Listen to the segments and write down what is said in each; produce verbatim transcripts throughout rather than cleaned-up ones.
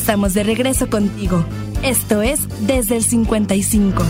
estamos de regreso contigo. Esto es Desde el cincuenta y cinco.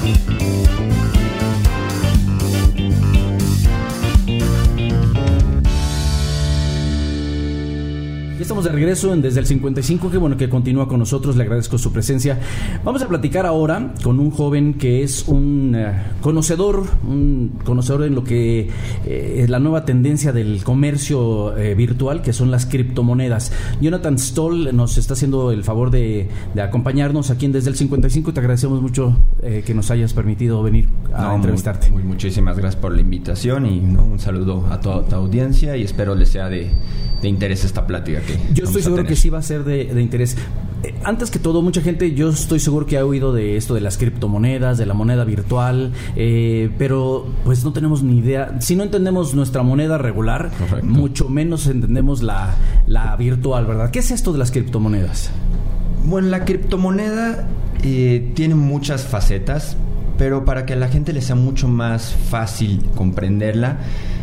Estamos de regreso en Desde el cincuenta y cinco, qué bueno que continúa con nosotros, le agradezco su presencia. Vamos a platicar ahora con un joven que es un uh, conocedor, un conocedor en lo que eh, es la nueva tendencia del comercio eh, virtual, que son las criptomonedas. Jonathan Stoll nos está haciendo el favor de, de acompañarnos aquí en Desde el cincuenta y cinco, te agradecemos mucho eh, que nos hayas permitido venir a no, entrevistarte. Muy, muy, muchísimas gracias por la invitación y ¿no? un saludo a toda tu audiencia y espero les sea de, de interés esta plática que yo estoy seguro que sí va a ser de, de interés. Eh, antes que todo, mucha gente, yo estoy seguro que ha oído de esto de las criptomonedas, de la moneda virtual, eh, pero pues no tenemos ni idea. Si no entendemos nuestra moneda regular, correcto, mucho menos entendemos la, la virtual, ¿verdad? ¿Qué es esto de las criptomonedas? Bueno, la criptomoneda eh, tiene muchas facetas, pero para que a la gente le sea mucho más fácil comprenderla,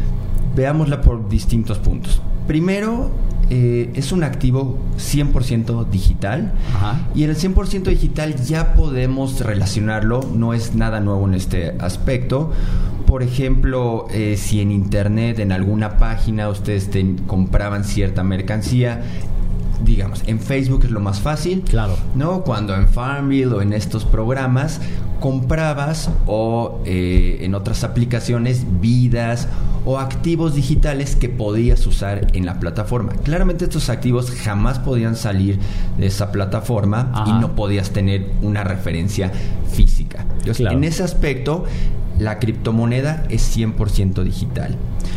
veámosla por distintos puntos. Primero, eh, es un activo cien por ciento digital. Ajá. Y en el cien por ciento digital ya podemos relacionarlo, no es nada nuevo en este aspecto. Por ejemplo, eh, si en internet, en alguna página, ustedes ten, compraban cierta mercancía, digamos, en Facebook es lo más fácil, claro, ¿no? Cuando en Farmville o en estos programas comprabas o eh, en otras aplicaciones vidas o activos digitales que podías usar en la plataforma. Claramente estos activos jamás podían salir de esa plataforma. Ajá. Y no podías tener una referencia física. Entonces, claro, en ese aspecto, la criptomoneda es cien por ciento digital.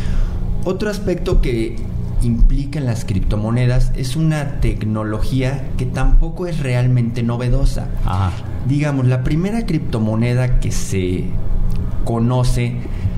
Otro aspecto que implica en las criptomonedas es una tecnología que tampoco es realmente novedosa. Ajá. Digamos, la primera criptomoneda que se conoce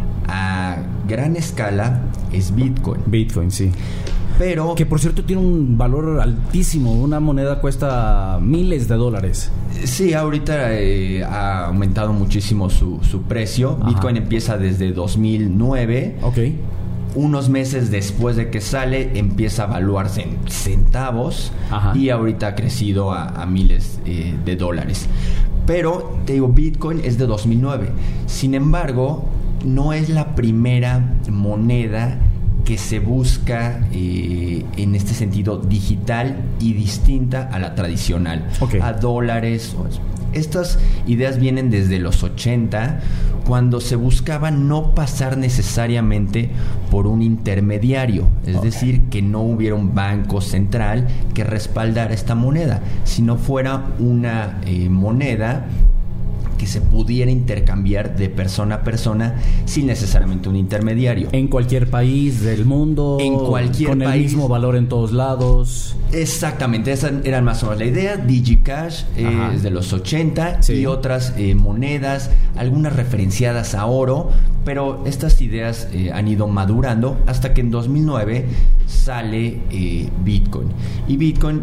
a gran escala es Bitcoin. Bitcoin, sí. Pero que por cierto tiene un valor altísimo, una moneda cuesta miles de dólares. Sí, ahorita eh, ha aumentado muchísimo su, su precio. Ajá. Bitcoin empieza desde dos mil nueve. Ok. Unos meses después de que sale empieza a valuarse en centavos. Ajá. Y ahorita ha crecido a, a miles eh, de dólares. Pero, te digo, Bitcoin es de dos mil nueve. Sin embargo, no es la primera moneda que se busca eh, en este sentido digital y distinta a la tradicional. Okay. A dólares. Estas ideas vienen desde los ochenta, cuando se buscaba no pasar necesariamente por un intermediario, es okay. decir, que no hubiera un banco central que respaldara esta moneda, sino fuera una eh, moneda que se pudiera intercambiar de persona a persona sin necesariamente un intermediario. En cualquier país del mundo, en cualquier con país, el mismo valor en todos lados. Exactamente, esa era más o menos la idea. DigiCash eh, es de los ochenta, sí, y otras eh, monedas, algunas referenciadas a oro, pero estas ideas eh, han ido madurando hasta que en dos mil nueve sale eh, Bitcoin. Y Bitcoin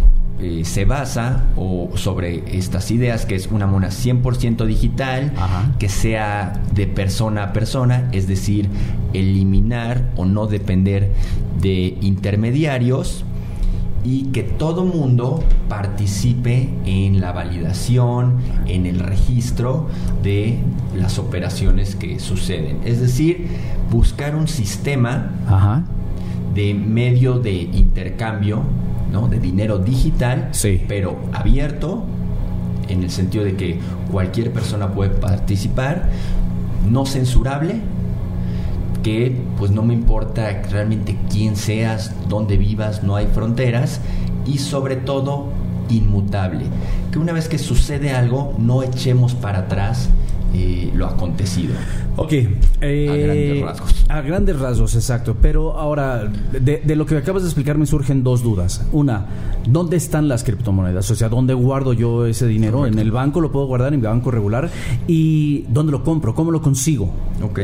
Eh, se basa o sobre estas ideas, que es una moneda cien por ciento digital. Ajá. Que sea de persona a persona, es decir, eliminar o no depender de intermediarios, y que todo mundo participe en la validación, en el registro de las operaciones que suceden. Es decir, buscar un sistema, ajá, de medio de intercambio, ¿no? De dinero digital, sí, pero abierto, en el sentido de que cualquier persona puede participar, no censurable, que pues no me importa realmente quién seas, dónde vivas, no hay fronteras, y sobre todo inmutable, que una vez que sucede algo no echemos para atrás eh, lo acontecido. Ok, eh, a grandes rasgos. A grandes rasgos, exacto. Pero ahora, de, de lo que acabas de explicar me surgen dos dudas. Una, ¿dónde están las criptomonedas? O sea, ¿dónde guardo yo ese dinero? Correcto. ¿En el banco lo puedo guardar, en mi banco regular? ¿Y dónde lo compro? ¿Cómo lo consigo? Ok.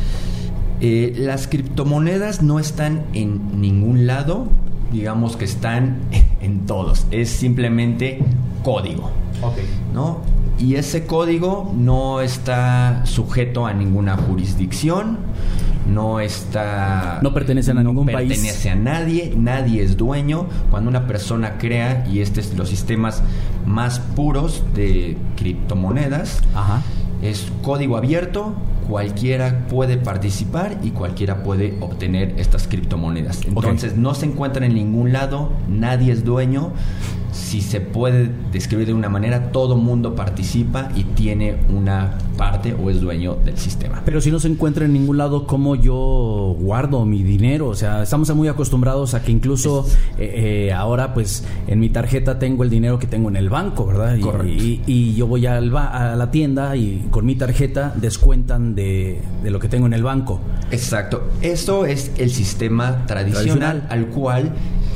Eh, las criptomonedas no están en ningún lado, digamos que están en todos. Es simplemente código. Ok. ¿No? Y ese código no está sujeto a ninguna jurisdicción. no está... No pertenecen a no ningún pertenece país. pertenece a nadie, nadie es dueño. Cuando una persona crea, y este es los sistemas más puros de criptomonedas, Ajá. es código abierto, cualquiera puede participar y cualquiera puede obtener estas criptomonedas. Entonces, okay. no se encuentran en ningún lado, nadie es dueño. Si se puede describir de una manera, todo mundo participa y tiene una parte o es dueño del sistema. Pero si no se encuentra en ningún lado, ¿cómo yo guardo mi dinero? O sea, estamos muy acostumbrados a que incluso eh, eh, ahora, pues, en mi tarjeta tengo el dinero que tengo en el banco, ¿verdad? Y, Correcto. Y, y yo voy al ba- a la tienda y con mi tarjeta descuentan de, de lo que tengo en el banco. Exacto. Eso es el sistema tradicional, tradicional. al cual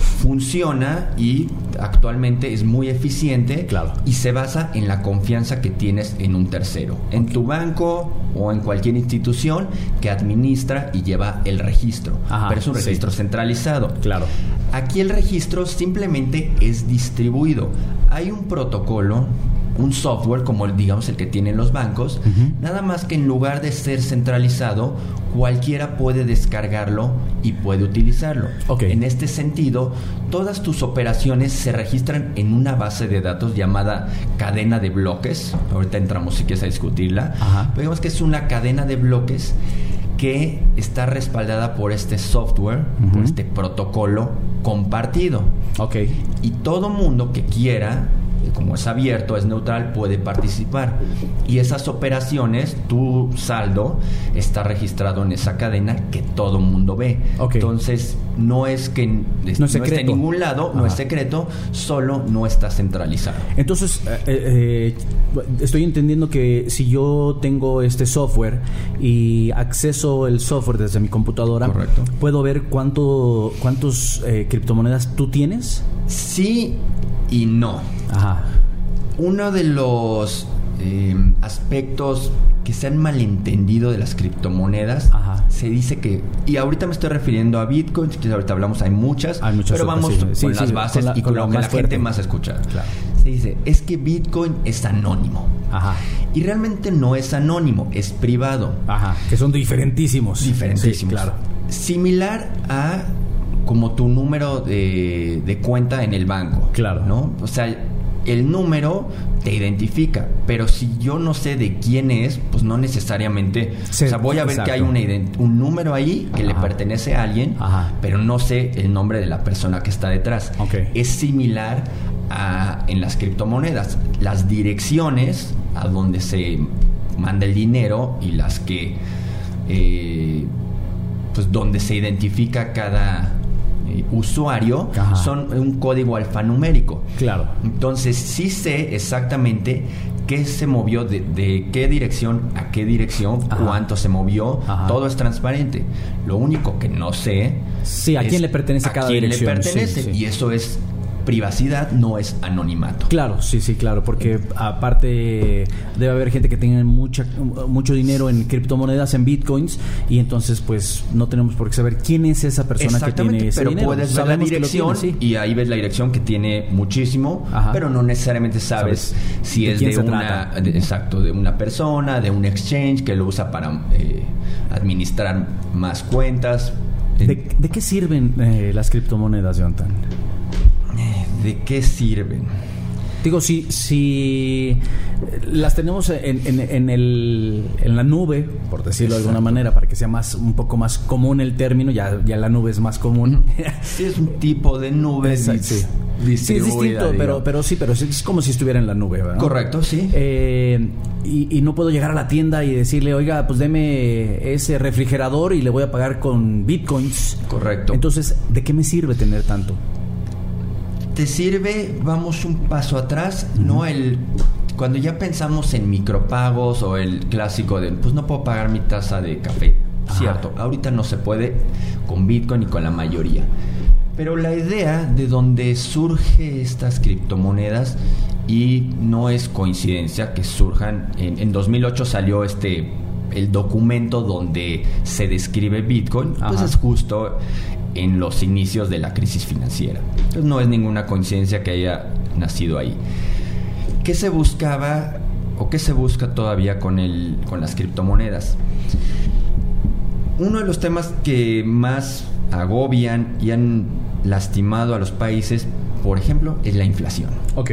funciona y actualmente es muy eficiente, claro. y se basa en la confianza que tienes en un tercero, okay. en tu banco o en cualquier institución que administra y lleva el registro. Ajá, pero es un registro sí. centralizado. Claro. Aquí el registro simplemente es distribuido. Hay un protocolo, un software como el, digamos el que tienen los bancos, uh-huh. nada más que en lugar de ser centralizado, cualquiera puede descargarlo y puede utilizarlo. Okay. En este sentido, todas tus operaciones se registran en una base de datos llamada cadena de bloques. Ahorita entramos si quieres a discutirla. Uh-huh. Digamos que es una cadena de bloques que está respaldada por este software, uh-huh. por este protocolo compartido. Okay. Y todo mundo que quiera, como es abierto, es neutral, puede participar. Y esas operaciones, tu saldo está registrado en esa cadena que todo mundo ve. Okay. Entonces, no es que no, es no esté en ningún lado, Ajá. no es secreto, solo no está centralizado. Entonces, eh, eh, estoy entendiendo que si yo tengo este software y acceso el software desde mi computadora, correcto, ¿puedo ver cuánto cuántos eh, criptomonedas tú tienes? Sí y no. Ajá. Uno de los eh, aspectos que se han malentendido de las criptomonedas, ajá, se dice que, y ahorita me estoy refiriendo a Bitcoin, que ahorita hablamos, hay muchas, hay muchas pero otras, vamos sí, con sí, las sí, bases con la, y con, con lo que la fuerte. gente más escucha. Claro. Se dice, es que Bitcoin es anónimo. Ajá. Y realmente no es anónimo, es privado. Ajá, que son diferentísimos. Diferentísimos. Sí, claro. Similar a como tu número de, de cuenta en el banco. Claro. ¿No? O sea, el número te identifica, pero si yo no sé de quién es, pues no necesariamente, sí, o sea, voy a ver, exacto, que hay una ident- un número ahí que, ajá, le pertenece a alguien, ajá, pero no sé el nombre de la persona que está detrás. Okay. Es similar a en las criptomonedas, las direcciones a donde se manda el dinero y las que eh, pues donde se identifica cada Eh, usuario, ajá, son un código alfanumérico. Claro. Entonces sí sé exactamente qué se movió, de, de qué dirección a qué dirección, ajá, cuánto se movió, ajá, todo es transparente. Lo único que no sé, sí, a quién le pertenece a cada quién dirección. le pertenece, sí, sí. Y eso es privacidad, no es anonimato. Claro, sí, sí, claro, porque aparte debe haber gente que tenga mucha, mucho dinero en criptomonedas, en bitcoins, y entonces pues no tenemos por qué saber quién es esa persona que tiene ese pero dinero. puedes ver la dirección, tiene, sí, y ahí ves la dirección que tiene muchísimo, ajá, pero no necesariamente sabes, ¿sabes? Si de es de una, de, exacto, de una persona, de un exchange que lo usa para eh, administrar más cuentas. ¿De, de qué sirven eh, las criptomonedas, Jonathan? ¿De qué sirven? Digo, si, si las tenemos en, en, en, el, en la nube, por decirlo, exacto, de alguna manera, para que sea más un poco más común el término, ya, ya la nube es más común. Sí, es un tipo de nube. Exacto, sí. Sí, es distinto, pero, pero sí, pero es como si estuviera en la nube, ¿verdad? Correcto, sí. Eh, y, y no puedo llegar a la tienda y decirle, oiga, pues deme ese refrigerador y le voy a pagar con bitcoins. Correcto. Entonces, ¿de qué me sirve tener tanto? Te sirve, vamos un paso atrás, uh-huh, no el cuando ya pensamos en micropagos o el clásico de pues no puedo pagar mi taza de café. Ajá. Cierto, ahorita no se puede con Bitcoin y con la mayoría. Pero la idea de donde surge estas criptomonedas, y no es coincidencia que surjan, en, en dos mil ocho salió este el documento donde se describe Bitcoin, ajá, pues es justo en los inicios de la crisis financiera. Entonces no es ninguna coincidencia que haya nacido ahí. ¿Qué se buscaba o qué se busca todavía con el con las criptomonedas? uno de los temas que más agobian y han lastimado a los países, por ejemplo, es la inflación. Ok.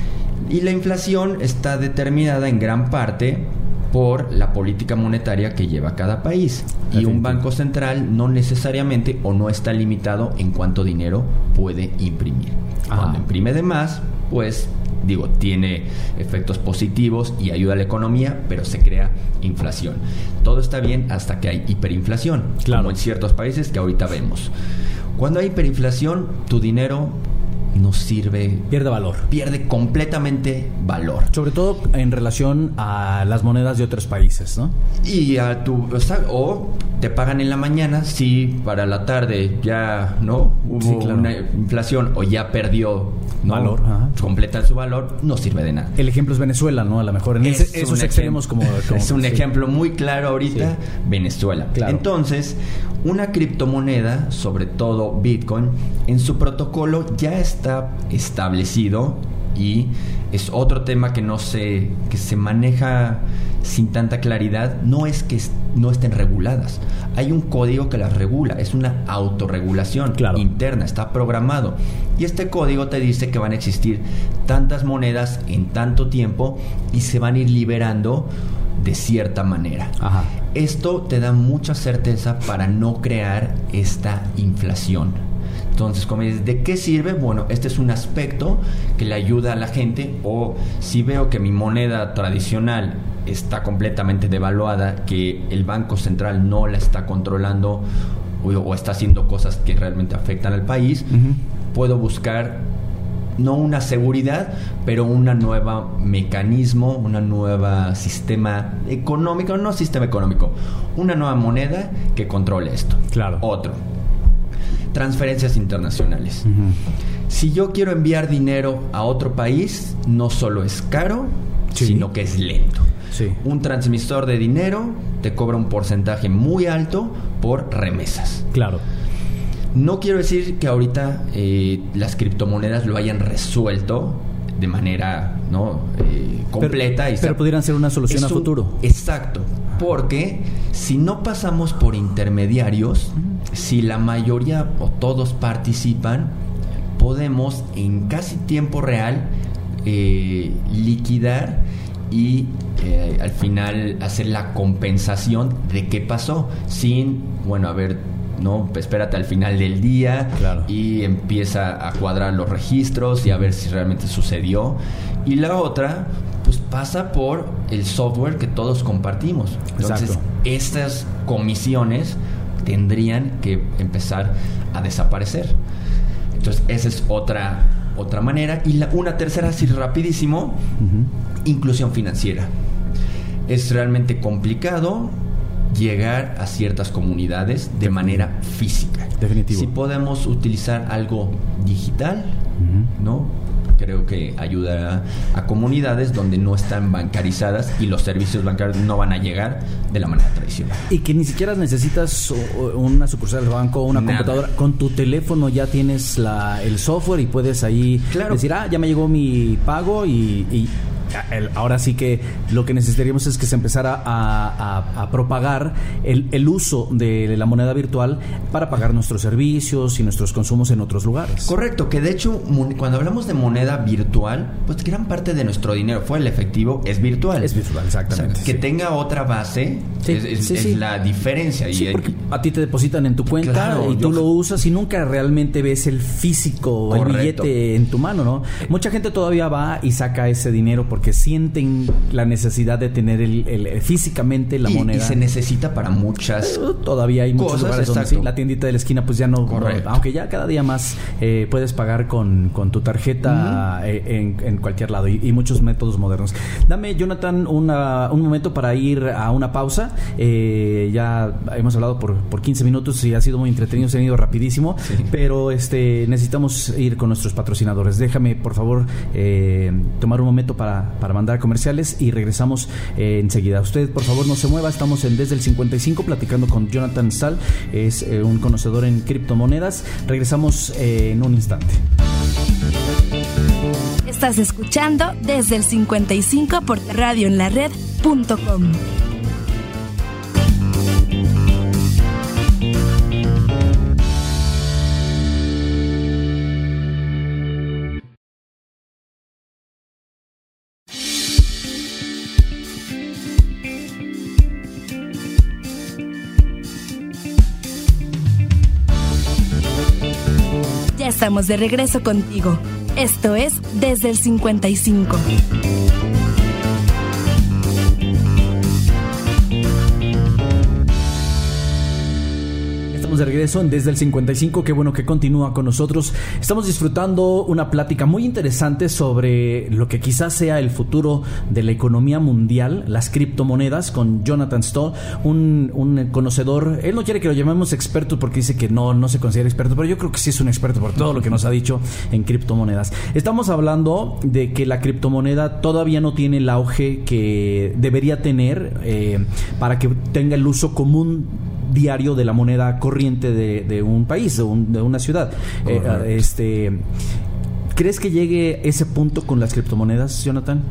Y la inflación está determinada en gran parte por la política monetaria que lleva cada país. Y un banco central no necesariamente o no está limitado en cuánto dinero puede imprimir. Ah. Cuando imprime de más, pues digo, tiene efectos positivos y ayuda a la economía, pero se crea inflación. Todo está bien hasta que hay hiperinflación, claro, como en ciertos países que ahorita vemos. Cuando hay hiperinflación, tu dinero no sirve, pierde valor, pierde completamente valor, sobre todo en relación a las monedas de otros países, ¿no? Y a tu, o sea, o te pagan en la mañana, si para la tarde ya no hubo sí, claro, una inflación o ya perdió, ¿no?, valor, ajá, completa su valor, no sirve de nada. El ejemplo es Venezuela, ¿no? A lo mejor en es ese, esos extremos como, como es un sí, ejemplo muy claro ahorita, sí, Venezuela. Claro. Entonces, una criptomoneda, sobre todo Bitcoin, en su protocolo ya está establecido, y es otro tema que no se que se maneja sin tanta claridad. No es que no estén reguladas, hay un código que las regula, es una autorregulación, claro, interna, está programado, y este código te dice que van a existir tantas monedas en tanto tiempo y se van a ir liberando de cierta manera. Ajá. Esto te da mucha certeza para no crear esta inflación. Entonces, como dices, ¿de qué sirve? Bueno, este es un aspecto que le ayuda a la gente. O si veo que mi moneda tradicional está completamente devaluada, que el Banco Central no la está controlando o, o está haciendo cosas que realmente afectan al país, uh-huh, puedo buscar no una seguridad, pero una nueva mecanismo, una nueva sistema económico, no sistema económico, una nueva moneda que controle esto. Claro. Otro, transferencias internacionales. Uh-huh. Si yo quiero enviar dinero a otro país, no solo es caro, sí, sino que es lento. Sí. Un transmisor de dinero te cobra un porcentaje muy alto por remesas. Claro. No quiero decir que ahorita eh, las criptomonedas lo hayan resuelto de manera, ¿no?, eh, completa. Pero, y pero pudieran ser una solución a un, futuro. Exacto. Porque si no pasamos por intermediarios, si la mayoría o todos participan, podemos en casi tiempo real eh, liquidar y eh, al final hacer la compensación de qué pasó, sin, bueno, a ver, no, espérate al final del día, claro, y empieza a cuadrar los registros y a ver si realmente sucedió. Y la otra, pues pasa por el software que todos compartimos. Entonces, exacto, estas comisiones tendrían que empezar a desaparecer. Entonces, esa es otra otra manera. Y la, una tercera, así rapidísimo, uh-huh, inclusión financiera. Es realmente complicado llegar a ciertas comunidades de manera física. Definitivo. Si podemos utilizar algo digital, uh-huh, ¿no?, creo que ayudará a comunidades donde no están bancarizadas y los servicios bancarios no van a llegar de la manera tradicional. Y que ni siquiera necesitas una sucursal del banco o una Nada. computadora. Con tu teléfono ya tienes la, el software y puedes ahí, claro, decir, ah, ya me llegó mi pago y... y El, ahora sí que lo que necesitaríamos es que se empezara a, a, a propagar el, el uso de la moneda virtual para pagar nuestros servicios y nuestros consumos en otros lugares. Correcto, que de hecho cuando hablamos de moneda virtual, pues gran parte de nuestro dinero fuera el efectivo es virtual. Es virtual, exactamente. O sea, que sí. tenga otra base, sí, es, es, sí, sí. es la diferencia. Sí, y porque a ti te depositan en tu cuenta, claro, y tú yo... lo usas y nunca realmente ves el físico, correcto, el billete en tu mano, ¿no? Mucha gente todavía va y saca ese dinero porque que sienten la necesidad de tener el, el, físicamente la y, moneda. Y se necesita para muchas Pero todavía hay muchos cosas, lugares donde sí, la tiendita de la esquina pues ya no, correcto, aunque ya cada día más eh, puedes pagar con, con tu tarjeta, uh-huh, eh, en, en cualquier lado, y, y muchos métodos modernos. Dame, Jonathan, una, un momento para ir a una pausa. Eh, ya hemos hablado por, por quince minutos y ha sido muy entretenido, se ha ido rapidísimo, sí, pero este necesitamos ir con nuestros patrocinadores. Déjame, por favor, eh, tomar un momento para para mandar comerciales y regresamos eh, enseguida. Usted, por favor, no se mueva. Estamos en Desde el cincuenta y cinco platicando con Jonathan Stahl, es eh, un conocedor en criptomonedas. Regresamos eh, en un instante. Estás escuchando Desde el cincuenta y cinco por radio en la red punto com. Estamos de regreso contigo. Esto es Desde el cincuenta y cinco. De regreso desde el cincuenta y cinco, qué bueno que continúa con nosotros. Estamos disfrutando una plática muy interesante sobre lo que quizás sea el futuro de la economía mundial, las criptomonedas, con Jonathan Stoll, un, un conocedor. Él no quiere que lo llamemos experto porque dice que no, no se considera experto, pero yo creo que sí es un experto por todo lo que nos ha dicho en criptomonedas. Estamos hablando de que la criptomoneda todavía no tiene el auge que debería tener eh, para que tenga el uso común diario de la moneda corriente de, de un país, de, un, de una ciudad. Eh, este, ¿crees que llegue ese punto con las criptomonedas, Jonathan?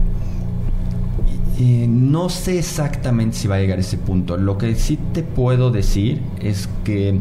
Eh, no sé exactamente si va a llegar a ese punto. Lo que sí te puedo decir es que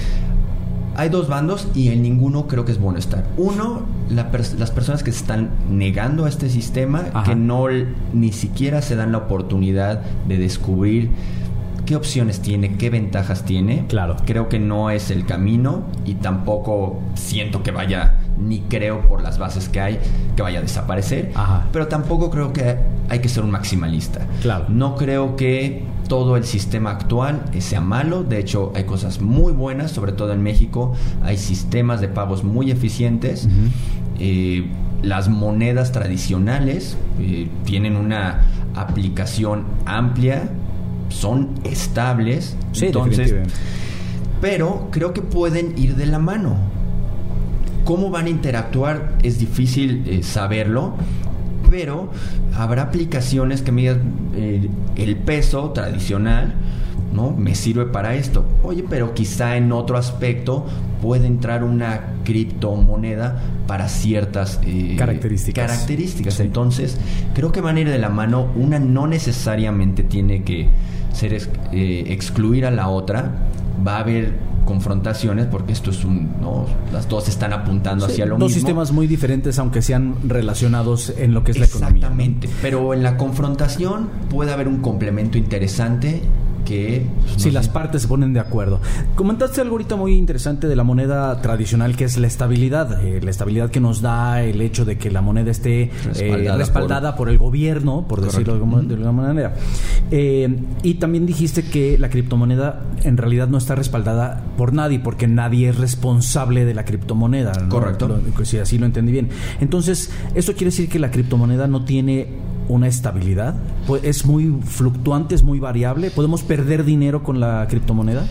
hay dos bandos y en ninguno creo que es bueno estar. Uno, la pers- las personas que se están negando a este sistema, Ajá. que no ni siquiera se dan la oportunidad de descubrir qué opciones tiene, qué ventajas tiene. Claro. Creo que no es el camino y tampoco siento que vaya, ni creo por las bases que hay, que vaya a desaparecer. Ajá. Pero tampoco creo que hay que ser un maximalista. Claro. No creo que todo el sistema actual sea malo. De hecho, hay cosas muy buenas, sobre todo en México. Hay sistemas de pagos muy eficientes. Uh-huh. Eh, las monedas tradicionales eh, tienen una aplicación amplia, son estables, sí, entonces, pero creo que pueden ir de la mano. ¿Cómo van a interactuar? Es difícil eh, saberlo, pero habrá aplicaciones que me digan eh, el peso tradicional, ¿no? Me sirve para esto. Oye, pero quizá en otro aspecto puede entrar una criptomoneda para ciertas eh, características. características. Sí. Entonces, creo que van a ir de la mano. Una no necesariamente tiene que ser eh, excluir a la otra. Va a haber confrontaciones porque esto es un, ¿no? Las dos están apuntando sí, hacia lo dos mismo. Dos sistemas muy diferentes, aunque sean relacionados en lo que es la economía. Exactamente. Pero en la confrontación puede haber un complemento interesante. Que, pues, no si sé. Las partes se ponen de acuerdo. Comentaste algo ahorita muy interesante de la moneda tradicional, que es la estabilidad, eh, la estabilidad que nos da el hecho de que la moneda esté respaldada, eh, respaldada por, por el gobierno, por Correcto. decirlo de alguna, de alguna manera. Eh, y también dijiste que la criptomoneda en realidad no está respaldada por nadie, porque nadie es responsable de la criptomoneda, ¿no? Correcto. Lo, si así lo entendí bien. Entonces, ¿eso quiere decir que la criptomoneda no tiene una estabilidad? Pues es muy fluctuante, es muy variable. ¿Podemos perder dinero con la criptomoneda?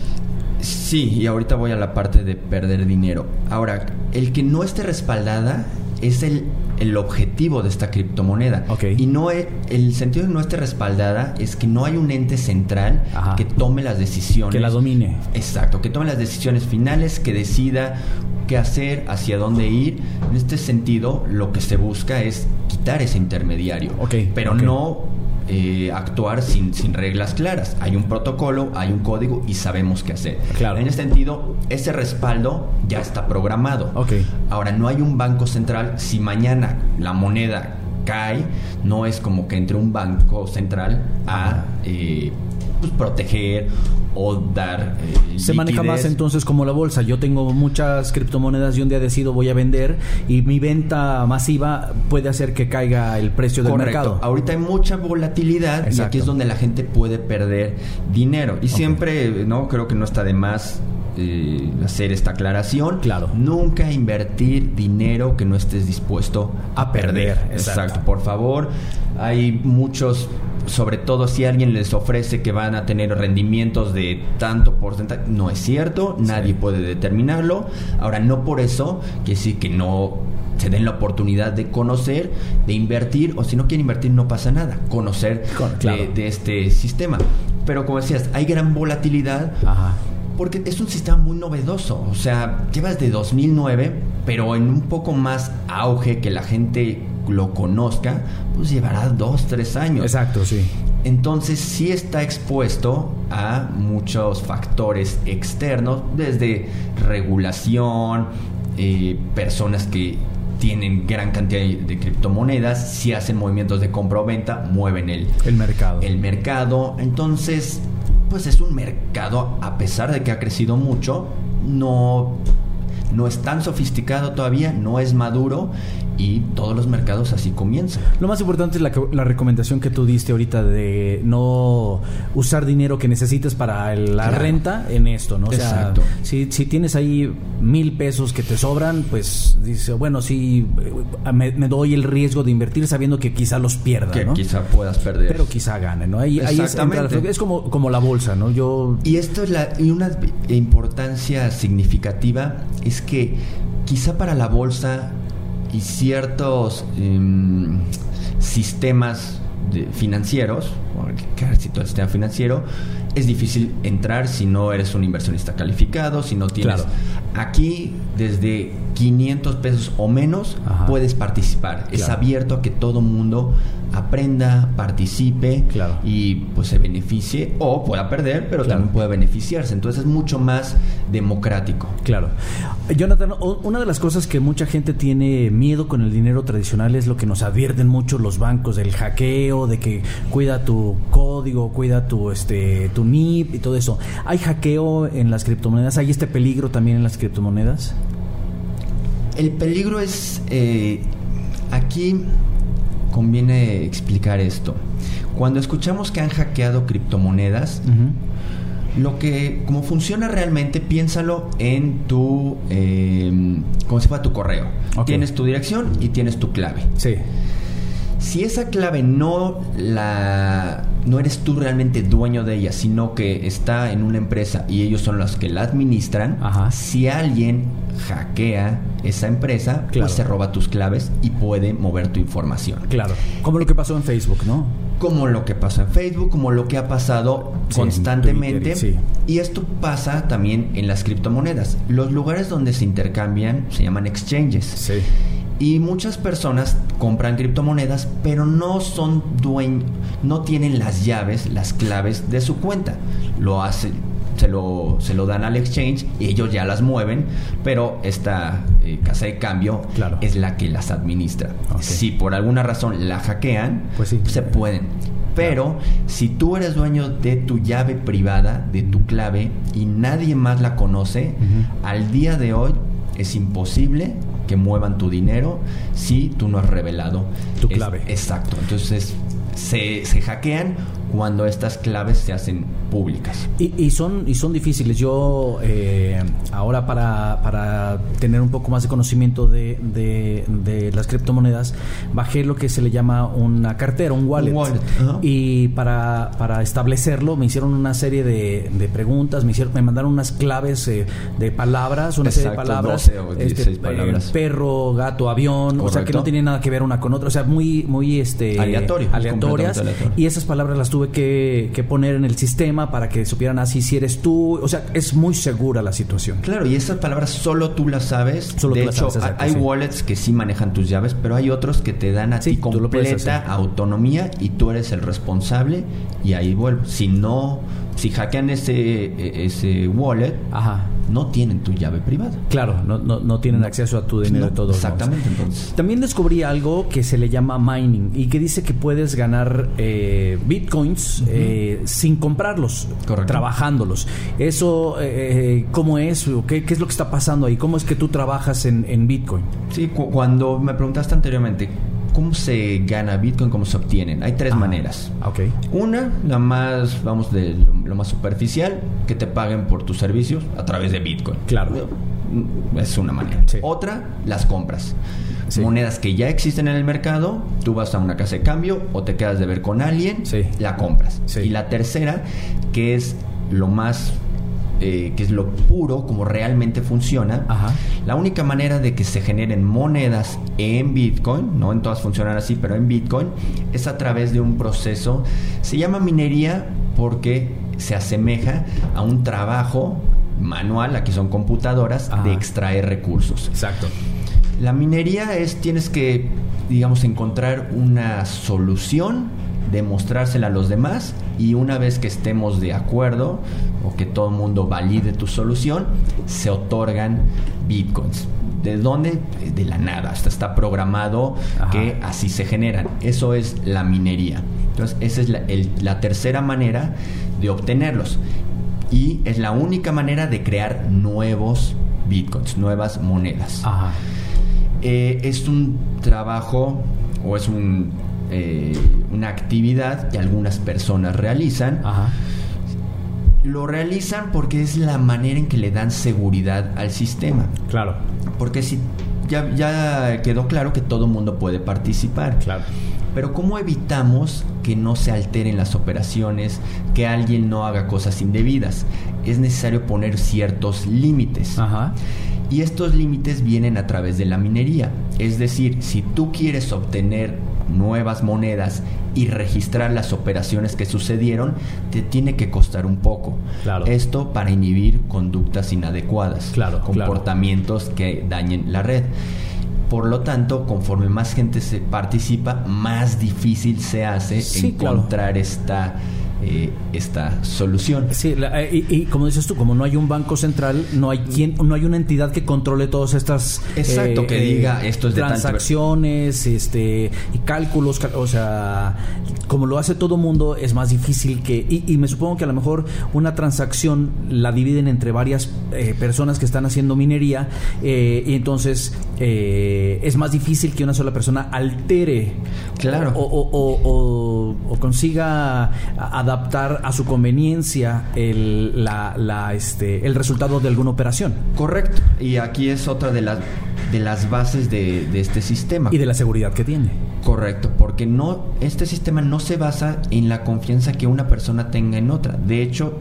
Sí, y ahorita voy a la parte de perder dinero. Ahora, el que no esté respaldada es el, el objetivo de esta criptomoneda. Okay. Y no es, el sentido de no esté respaldada es que no hay un ente central Ajá. que tome las decisiones. Que la domine. Exacto, que tome las decisiones finales, que decida qué hacer, hacia dónde ir. En este sentido, lo que se busca es quitar ese intermediario. Okay. Pero okay. no Eh, actuar sin, sin reglas claras. Hay un protocolo, hay un código y sabemos qué hacer. Claro. En ese sentido, ese respaldo ya está programado. Okay. Ahora, no hay un banco central. Si mañana la moneda cae, no es como que entre un banco central a eh, pues, proteger o dar eh, se maneja más entonces como la bolsa. Yo tengo muchas criptomonedas y un día decido voy a vender y mi venta masiva puede hacer que caiga el precio del Correcto. mercado. Ahorita hay mucha volatilidad. Exacto. Y aquí es donde la gente puede perder dinero. Y okay. siempre, no creo que no está de más eh, hacer esta aclaración. Claro. Nunca invertir dinero que no estés dispuesto a, a perder. perder. Exacto. Exacto. Por favor, hay muchos, sobre todo si alguien les ofrece que van a tener rendimientos de tanto porcentaje, no es cierto, nadie sí. puede determinarlo. Ahora, no por eso quiere decir que no se den la oportunidad de conocer, de invertir, o si no quieren invertir no pasa nada, conocer Con, claro. de, de este sistema. Pero como decías, hay gran volatilidad. Ajá. Porque es un sistema muy novedoso. O sea, lleva desde dos mil nueve, pero en un poco más auge, que la gente lo conozca, pues llevará dos, tres años. Exacto, sí. Entonces sí está expuesto a muchos factores externos, desde regulación, eh, personas que tienen gran cantidad de criptomonedas, si hacen movimientos de compra o venta, mueven el, el mercado. El mercado. Entonces, pues es un mercado, a pesar de que ha crecido mucho, no No es tan sofisticado todavía, no es maduro y todos los mercados así comienzan. Lo más importante es la, la recomendación que tú diste ahorita de no usar dinero que necesites para el, la claro. renta en esto, ¿no? O Exacto. sea, si, si tienes ahí mil pesos que te sobran, pues dice, bueno, sí, me, me doy el riesgo de invertir sabiendo que quizá los pierda, que ¿no? quizá puedas perder. Pero quizá gane, ¿no? Ahí, ahí es, entra, es como, como la bolsa, ¿no? Yo... Y esto es la, y una importancia significativa es que quizá para la bolsa y ciertos eh, sistemas de financieros, casi todo el sistema financiero, es difícil entrar si no eres un inversionista calificado, si no tienes... Claro. Aquí, desde quinientos pesos o menos, Ajá. puedes participar. Claro. Es abierto a que todo mundo aprenda, participe claro. y pues se beneficie o pueda perder, pero claro. también puede beneficiarse. Entonces es mucho más democrático. Claro. Jonathan, una de las cosas que mucha gente tiene miedo con el dinero tradicional es lo que nos advierten mucho los bancos, del hackeo, de que cuida tu código, cuida tu este tu N I P y todo eso. ¿Hay hackeo en las criptomonedas? ¿Hay este peligro también en las criptomonedas? El peligro es eh, aquí conviene explicar esto. Cuando escuchamos que han hackeado criptomonedas, uh-huh. lo que, como funciona realmente, piénsalo en tu, eh, como si fuera tu correo. Okay. Tienes tu dirección y tienes tu clave. Sí. Si esa clave no la no eres tú realmente dueño de ella, sino que está en una empresa y ellos son los que la administran, Ajá. si alguien hackea esa empresa, claro. pues se roba tus claves y puede mover tu información. Claro, como lo que pasó en Facebook, ¿no? Como lo que pasó en Facebook, como lo que ha pasado sí, constantemente. Twitter, sí. Y esto pasa también en las criptomonedas. Los lugares donde se intercambian se llaman exchanges. Sí. Y muchas personas compran criptomonedas, pero no son dueños, no tienen las llaves, las claves de su cuenta. Lo hacen, se lo, se lo dan al exchange y ellos ya las mueven, pero esta eh, casa de cambio claro. es la que las administra. Okay. Si por alguna razón la hackean, pues sí. se pueden. Pero claro. si tú eres dueño de tu llave privada, de tu clave, y nadie más la conoce, uh-huh. al día de hoy es imposible que muevan tu dinero si tú no has revelado tu clave. Es, exacto. Entonces se, se hackean cuando estas claves se hacen públicas. Y, y son y son difíciles. Yo eh, ahora para, para tener un poco más de conocimiento de, de, de las criptomonedas, bajé lo que se le llama una cartera, un wallet. Un wallet. Uh-huh. Y para, para establecerlo me hicieron una serie de, de preguntas, me hicieron, me mandaron unas claves eh, de palabras, una Exacto, serie de palabras. doce o dieciséis este, palabras. Eh, perro, gato, avión, Correcto. O sea que no tiene nada que ver una con otra, o sea, muy, muy este aleatorio, aleatorias. Aleatorio. Y esas palabras las tuve que, que poner en el sistema para que supieran así si eres tú, o sea, es muy segura la situación. Claro, y esas palabras solo tú las sabes. Solo de tú hecho, las sabes, exacto, hay sí. wallets que sí manejan tus llaves, pero hay otros que te dan a sí, ti completa autonomía y tú eres el responsable y ahí vuelvo. Si no, si hackean ese ese wallet, Ajá. no tienen tu llave privada. Claro, no, no, no tienen no, acceso a tu dinero no, de todos exactamente, modos. entonces. También descubrí algo que se le llama mining y que dice que puedes ganar eh, bitcoins uh-huh. eh, sin comprarlos, Correcto. trabajándolos. Eso, eh, ¿cómo es? ¿Qué, ¿Qué es lo que está pasando ahí? ¿Cómo es que tú trabajas en, en Bitcoin? Sí, cu- cuando me preguntaste anteriormente, ¿cómo se gana Bitcoin? ¿Cómo se obtienen? Hay tres ah, maneras. Okay. Una, la más, vamos, de lo, lo más superficial, que te paguen por tus servicios a través de Bitcoin. Claro. Es una manera. Sí. Otra, las compras. Sí. Monedas que ya existen en el mercado, tú vas a una casa de cambio o te quedas de ver con alguien, sí. la compras. Sí. Y la tercera, que es lo más... Eh, que es lo puro, como realmente funciona. Ajá. La única manera de que se generen monedas en Bitcoin, no en todas funcionan así, pero en Bitcoin, es a través de un proceso, se llama minería porque se asemeja a un trabajo manual, aquí son computadoras, Ajá. de extraer recursos. Exacto. La minería es, tienes que, digamos, encontrar una solución, demostrársela a los demás, y una vez que estemos de acuerdo o que todo el mundo valide tu solución, se otorgan bitcoins. ¿De dónde? De la nada. Hasta está programado Ajá. que así se generan. Eso es la minería. Entonces, esa es la, el, la tercera manera de obtenerlos. Y es la única manera de crear nuevos bitcoins, nuevas monedas. Ajá. Eh, es un trabajo o es un, eh, una actividad que algunas personas realizan. Ajá. Lo realizan porque es la manera en que le dan seguridad al sistema. Claro. Porque si ya, ya quedó claro que todo mundo puede participar. Claro. Pero ¿cómo evitamos que no se alteren las operaciones, que alguien no haga cosas indebidas? Es necesario poner ciertos límites. Ajá. Y estos límites vienen a través de la minería. Es decir, si tú quieres obtener nuevas monedas y registrar las operaciones que sucedieron, te tiene que costar un poco. Claro. Esto para inhibir conductas inadecuadas, claro, comportamientos claro. que dañen la red. Por lo tanto, conforme más gente se participa, más difícil se hace sí, encontrar claro. esta eh, esta solución. Sí, la, y, y como dices tú, como no hay un banco central, no hay quien, no hay una entidad que controle todas estas exacto, eh, que diga esto es de transacciones, tanto... este y cálculos, cal, o sea, como lo hace todo mundo, es más difícil que y, y me supongo que a lo mejor una transacción la dividen entre varias eh, personas que están haciendo minería eh, y entonces eh, es más difícil que una sola persona altere, claro, o, o, o, o, o consiga adaptar a su conveniencia el, la, la, este, el resultado de alguna operación. Correcto. Y aquí es otra de las de las bases de, de este sistema. Y de la seguridad que tiene. Correcto, porque no este sistema no se basa en la confianza que una persona tenga en otra. De hecho,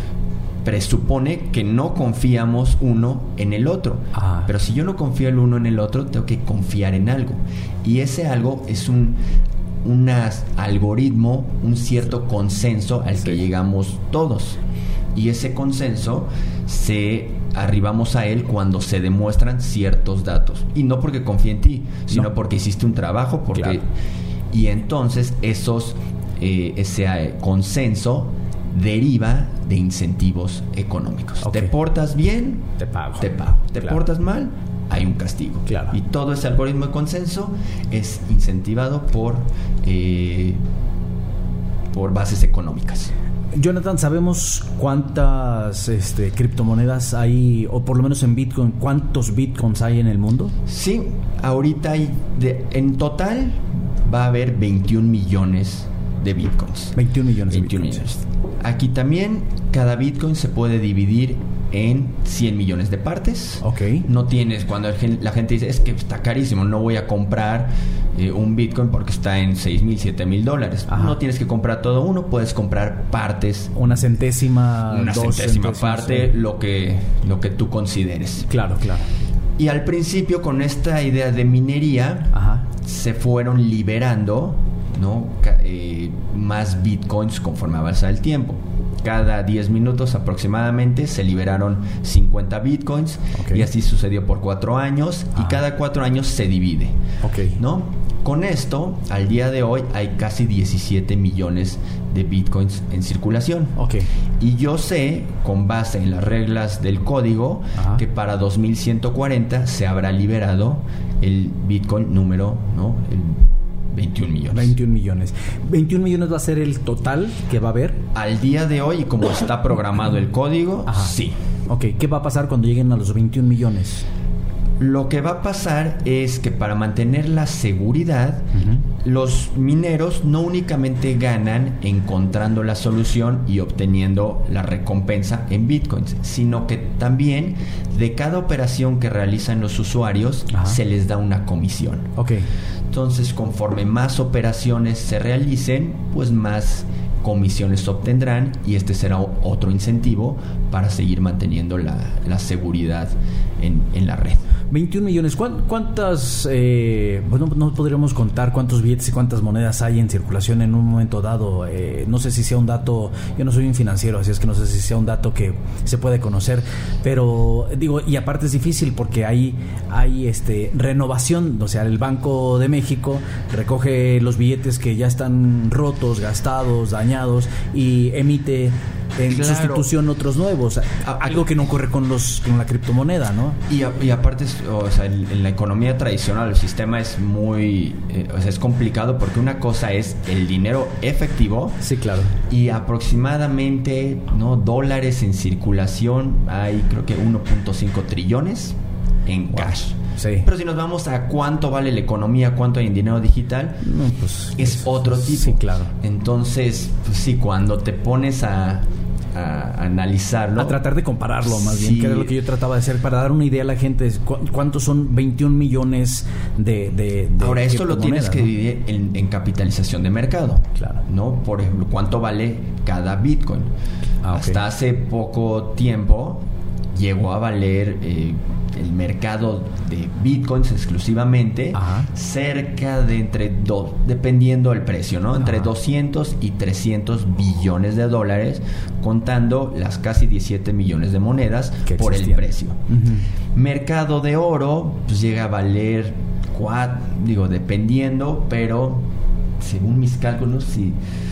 presupone que no confiamos uno en el otro. Ah. Pero si yo no confío el uno en el otro, tengo que confiar en algo. Y ese algo es un un algoritmo, un cierto consenso al sí. que llegamos todos. Y ese consenso se arribamos a él cuando se demuestran ciertos datos. Y no porque confíe en ti, sino no. porque hiciste un trabajo, porque claro. y entonces esos eh, ese eh, consenso deriva de incentivos económicos. Okay. Te portas bien, te pago. Te pago. Te claro. portas mal, hay un castigo. Claro. Y todo ese algoritmo de consenso es incentivado por eh, por bases económicas. Jonathan, ¿sabemos cuántas este, criptomonedas hay, o por lo menos en Bitcoin, cuántos Bitcoins hay en el mundo? Sí, ahorita hay, de, en total va a haber veintiún millones de Bitcoins. veintiún millones de veintiún Bitcoins. millones. Aquí también cada Bitcoin se puede dividir en cien millones de partes. Okay. No tienes, cuando la gente dice es que está carísimo, no voy a comprar eh, un Bitcoin porque está en seis mil, siete mil dólares. Ajá. No tienes que comprar todo uno, puedes comprar partes. Una centésima, una dos centésima parte, sí. lo que, lo que tú consideres. Claro, claro. Y al principio, con esta idea de minería, Ajá. se fueron liberando, ¿no? Eh, más Bitcoins conforme avanza el tiempo. Cada diez minutos aproximadamente se liberaron cincuenta Bitcoins. Okay. Y así sucedió por cuatro años. Ah. Y cada cuatro años se divide. Okay. ¿No? Con esto, al día de hoy hay casi diecisiete millones de Bitcoins en circulación. Okay. Y yo sé, con base en las reglas del código, Ajá. que para dos mil ciento cuarenta se habrá liberado el Bitcoin número, ¿no? El veintiún millones. veintiún millones. ¿veintiún millones va a ser el total que va a haber? Al día de hoy, como está programado el código, Ajá. sí. Ok, ¿qué va a pasar cuando lleguen a los veintiún millones? Lo que va a pasar es que para mantener la seguridad, uh-huh. los mineros no únicamente ganan encontrando la solución y obteniendo la recompensa en Bitcoins, sino que también de cada operación que realizan los usuarios, Ajá. se les da una comisión. Okay. Entonces, conforme más operaciones se realicen, pues más comisiones obtendrán, y este será otro incentivo para seguir manteniendo la, la seguridad en, en la red. veintiún millones. ¿Cuántas, eh, bueno, no podríamos contar cuántos billetes y cuántas monedas hay en circulación en un momento dado? Eh, no sé si sea un dato, yo no soy un financiero, así es que no sé si sea un dato que se puede conocer, pero digo, y aparte es difícil porque hay, hay este, renovación, o sea, el Banco de México recoge los billetes que ya están rotos, gastados, dañados, y emite en claro. sustitución otros nuevos, algo que no ocurre con los con la criptomoneda, ¿no? Y, a, y aparte, o sea, en, en la economía tradicional el sistema es muy, eh, o sea, es complicado porque una cosa es el dinero efectivo, sí, claro, y aproximadamente, ¿no?, dólares en circulación hay, creo que uno punto cinco trillones en wow. cash. Sí. Pero si nos vamos a cuánto vale la economía, cuánto hay en dinero digital, no, pues, es otro tipo. Sí, claro. Entonces, pues sí, cuando te pones a, a analizarlo, a tratar de compararlo, más sí. bien, que era lo que yo trataba de hacer para dar una idea a la gente. ¿Cu- ¿Cuántos son veintiún millones de, de, de ahora esto lo tienes que ¿no? dividir en, en capitalización de mercado? Claro. ¿No? Por ejemplo, ¿cuánto vale cada Bitcoin? Ah, okay. Hasta hace poco tiempo llegó a valer eh, el mercado de Bitcoins exclusivamente, ajá, cerca de entre dos, dependiendo del precio, ¿no? Entre ajá. doscientos y trescientos billones de dólares, contando las casi diecisiete millones de monedas por el precio. Uh-huh. Mercado de oro, pues llega a valer cuatro, digo, dependiendo, pero según mis cálculos, si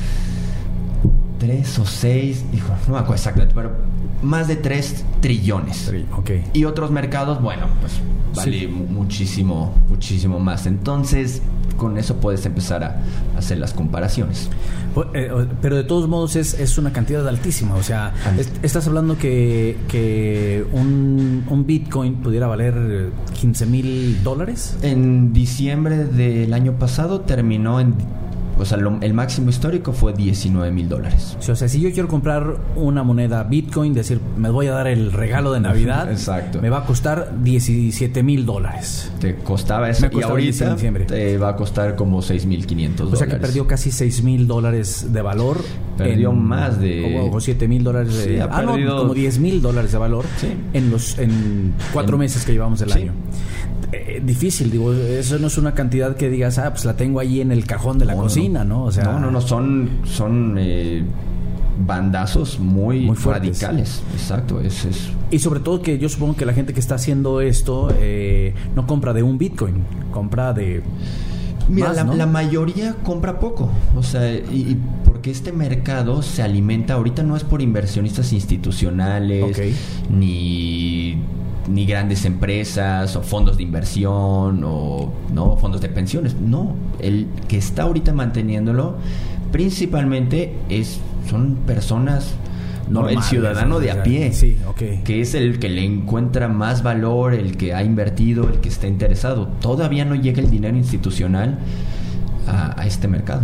tres o seis, hijo, no me acuerdo exactamente, pero más de tres trillones. Okay. Y otros mercados, bueno, pues vale sí. muchísimo, muchísimo más. Entonces, con eso puedes empezar a hacer las comparaciones. Pero de todos modos es, es una cantidad altísima. O sea, es, estás hablando que, que un, un Bitcoin pudiera valer quince mil dólares. En diciembre del año pasado terminó en... O sea, lo, el máximo histórico fue diecinueve mil dólares. O sea, si yo quiero comprar una moneda Bitcoin, decir, me voy a dar el regalo de Navidad, exacto, me va a costar diecisiete mil dólares. Te costaba eso, y ahorita te va a costar como seis mil quinientos dólares. O sea, que perdió casi seis mil dólares de valor. Perdió en, más de... Como siete mil dólares de... Sí, ah, perdido... no, como diez mil dólares de valor, sí, en los en cuatro en... meses que llevamos del sí. año. Eh, difícil, digo, eso no es una cantidad que digas, ah, pues la tengo ahí en el cajón de la no, cocina, ¿no? O sea, no, no, no, son, son eh, bandazos muy, muy radicales. Exacto, es, es... Y sobre todo que yo supongo que la gente que está haciendo esto eh, no compra de un Bitcoin, compra de... Mira, más, la, ¿no? la mayoría compra poco, o sea, y, y porque este mercado se alimenta, ahorita no es por inversionistas institucionales, okay, ni... ni grandes empresas o fondos de inversión o no fondos de pensiones, no, el que está ahorita manteniéndolo principalmente es son personas, no, normal, el ciudadano de a pie, sí, okay, que es el que le encuentra más valor, el que ha invertido, el que está interesado. Todavía no llega el dinero institucional a, a este mercado.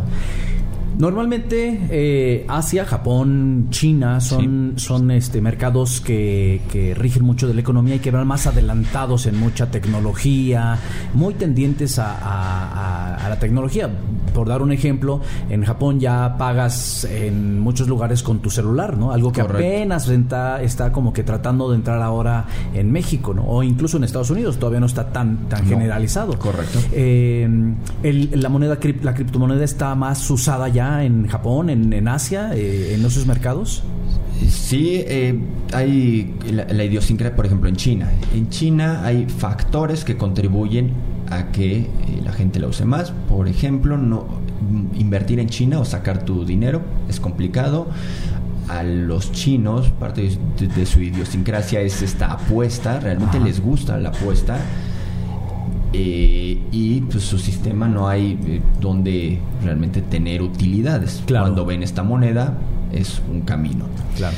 Normalmente eh, Asia, Japón, China son, sí. son este, mercados que, que rigen mucho de la economía y que van más adelantados en mucha tecnología, muy tendientes a, a, a, a la tecnología. Por dar un ejemplo, en Japón ya pagas en muchos lugares con tu celular, ¿no? Algo que correcto, apenas está, está como que tratando de entrar ahora en México, ¿no? O incluso en Estados Unidos, todavía no está tan, tan no, generalizado. Correcto. Eh, el, la moneda, la criptomoneda está más usada ya en Japón, en, en Asia, eh, en esos mercados. Sí, eh, hay la, la idiosincrasia, por ejemplo, en China. En China hay factores que contribuyen a que eh, la gente la use más. Por ejemplo, no invertir en China o sacar tu dinero es complicado. A los chinos, parte de, de, de su idiosincrasia es esta apuesta. Realmente ajá, les gusta la apuesta. Eh, y pues su sistema no hay eh, donde realmente tener utilidades. Claro. Cuando ven esta moneda es un camino. Claro.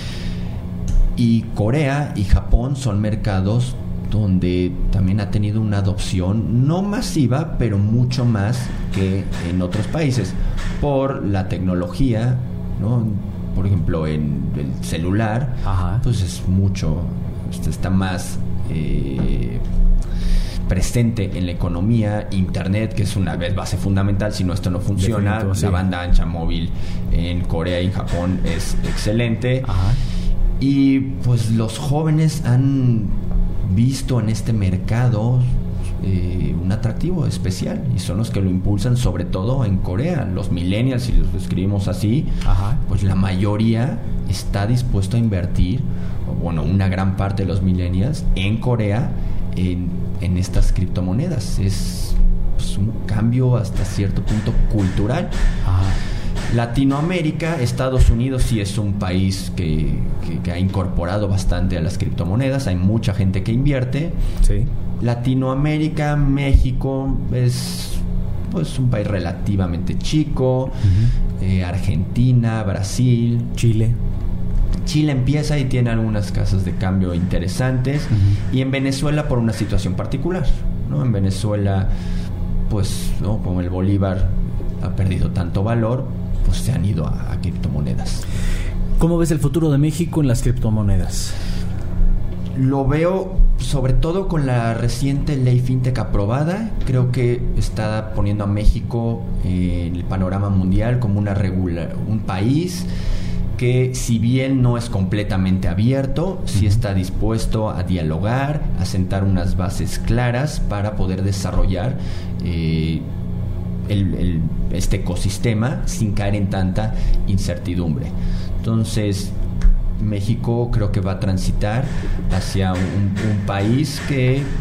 Y Corea y Japón son mercados donde también ha tenido una adopción no masiva, pero mucho más que en otros países por la tecnología, ¿no? Por ejemplo, en el celular, ajá, pues es mucho, está más eh, presente en la economía. Internet, que es una vez base fundamental, si no esto no funciona. Definitivo, sí. La banda ancha móvil en Corea y en Japón es excelente. Ajá. Y pues los jóvenes han visto en este mercado eh, un atractivo especial y son los que lo impulsan, sobre todo en Corea. Los millennials, si los escribimos así, ajá, pues la mayoría está dispuesto a invertir, o bueno, una gran parte de los millennials en Corea en, en estas criptomonedas. Es pues, un cambio hasta cierto punto cultural. Ajá. Latinoamérica, Estados Unidos sí es un país que, que, que ha incorporado bastante a las criptomonedas, hay mucha gente que invierte. Sí. Latinoamérica, México es pues un país relativamente chico, uh-huh. eh, Argentina, Brasil, Chile. Chile empieza y tiene algunas casas de cambio interesantes, uh-huh. y en Venezuela por una situación particular, ¿no? En Venezuela, pues, ¿no? Como el bolívar ha perdido tanto valor, pues se han ido a, a criptomonedas. ¿Cómo ves el futuro de México en las criptomonedas? Lo veo sobre todo con la reciente ley FinTech aprobada. Creo que está poniendo a México en el panorama mundial como una regula- un país que, si bien no es completamente abierto, sí está dispuesto a dialogar, a sentar unas bases claras para poder desarrollar eh, el, el, este ecosistema sin caer en tanta incertidumbre. Entonces, México creo que va a transitar hacia un, un país que eh,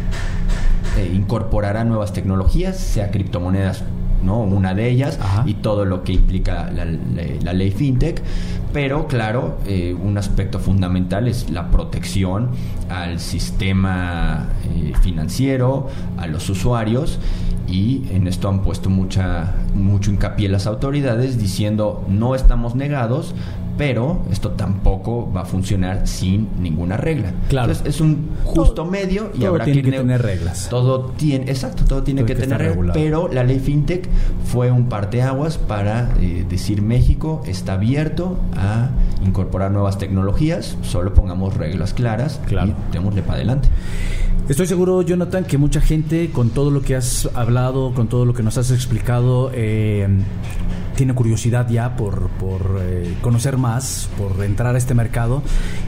incorporará nuevas tecnologías, sea criptomonedas, ¿no? Una de ellas. Ajá. Y todo lo que implica la, la, la ley FinTech, pero claro, eh, un aspecto fundamental es la protección al sistema eh, financiero, a los usuarios, y en esto han puesto mucha mucho hincapié las autoridades diciendo no estamos negados, pero esto tampoco va a funcionar sin ninguna regla. Claro. Entonces es un justo todo, medio y todo habrá tiene que, que tener reglas. Todo tiene, exacto, todo tiene todo que, que tener reglas, pero la ley FinTech fue un parteaguas para eh, decir México está abierto a incorporar nuevas tecnologías, solo pongamos reglas claras, claro, y démosle para adelante. Estoy seguro, Jonathan, que mucha gente, con todo lo que has hablado, con todo lo que nos has explicado, eh, tiene curiosidad ya por, por eh, conocer más, por entrar a este mercado,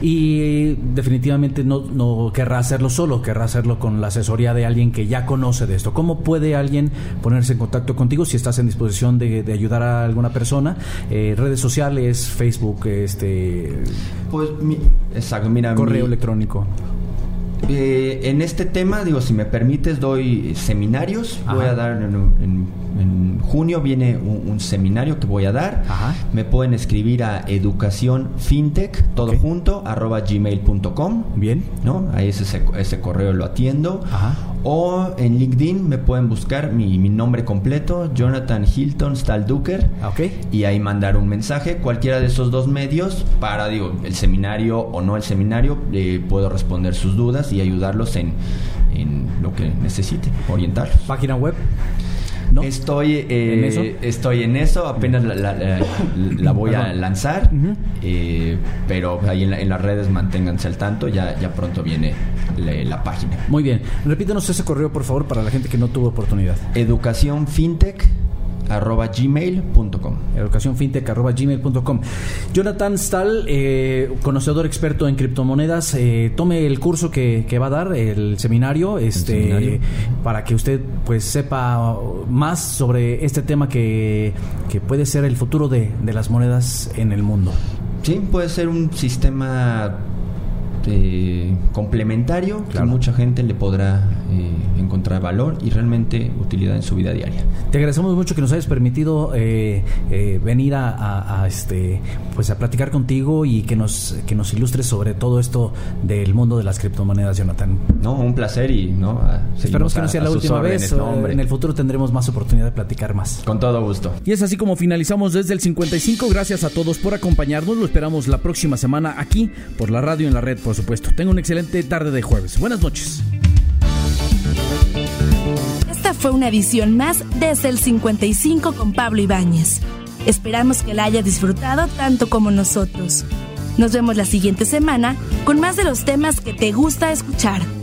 y definitivamente no, no querrá hacerlo solo, querrá hacerlo con la asesoría de alguien que ya conoce de esto. ¿Cómo puede alguien ponerse en contacto contigo si estás en disposición de, de ayudar a alguna persona? Eh, redes sociales, Facebook, este, pues mi, exacto, mira, correo mi, electrónico. Eh, en este tema, digo, si me permites, doy seminarios. Ajá. Voy a dar en, en, en junio viene un, un seminario que voy a dar. Ajá. Me pueden escribir a educación fintech, todo okay. junto, arroba gmail punto com. Bien, ¿no? Ahí ese, ese correo lo atiendo. Ajá. O en LinkedIn me pueden buscar mi, mi nombre completo, Jonathan Hilton Stalduker, okay. y ahí mandar un mensaje. Cualquiera de esos dos medios para, digo, el seminario o no el seminario, eh, puedo responder sus dudas y ayudarlos en, en lo que necesiten, orientarlos. ¿Página web? ¿No? Estoy, eh, ¿En eso? estoy en eso, apenas la, la, la, la voy a lanzar, uh-huh. eh, pero ahí en, la, en las redes manténganse al tanto, ya, ya pronto viene la, la página. Muy bien, repítanos ese correo por favor para la gente que no tuvo oportunidad. educación fintech arroba gmail punto com. educación fintech arroba gmail punto com. Jonathan Stahl, eh, conocedor experto en criptomonedas, eh, tome el curso que, que va a dar, el seminario, este, el seminario, para que usted pues sepa más sobre este tema que, que puede ser el futuro de, de las monedas en el mundo. Sí, puede ser un sistema Eh, complementario, claro, que mucha gente le podrá eh, encontrar valor y realmente utilidad en su vida diaria. Te agradecemos mucho que nos hayas permitido eh, eh, venir a, a, a este pues a platicar contigo y que nos que nos ilustres sobre todo esto del mundo de las criptomonedas, Jonathan. No, un placer y no esperamos que no sea la última vez. No, en el futuro tendremos más oportunidad de platicar más. Con todo gusto. Y es así como finalizamos desde el cincuenta y cinco. Gracias a todos por acompañarnos. Lo esperamos la próxima semana aquí por la radio en la red, por supuesto. Tenga una excelente tarde de jueves. Buenas noches. Esta fue una edición más desde el cincuenta y cinco con Pablo Ibáñez. Esperamos que la haya disfrutado tanto como nosotros. Nos vemos la siguiente semana con más de los temas que te gusta escuchar.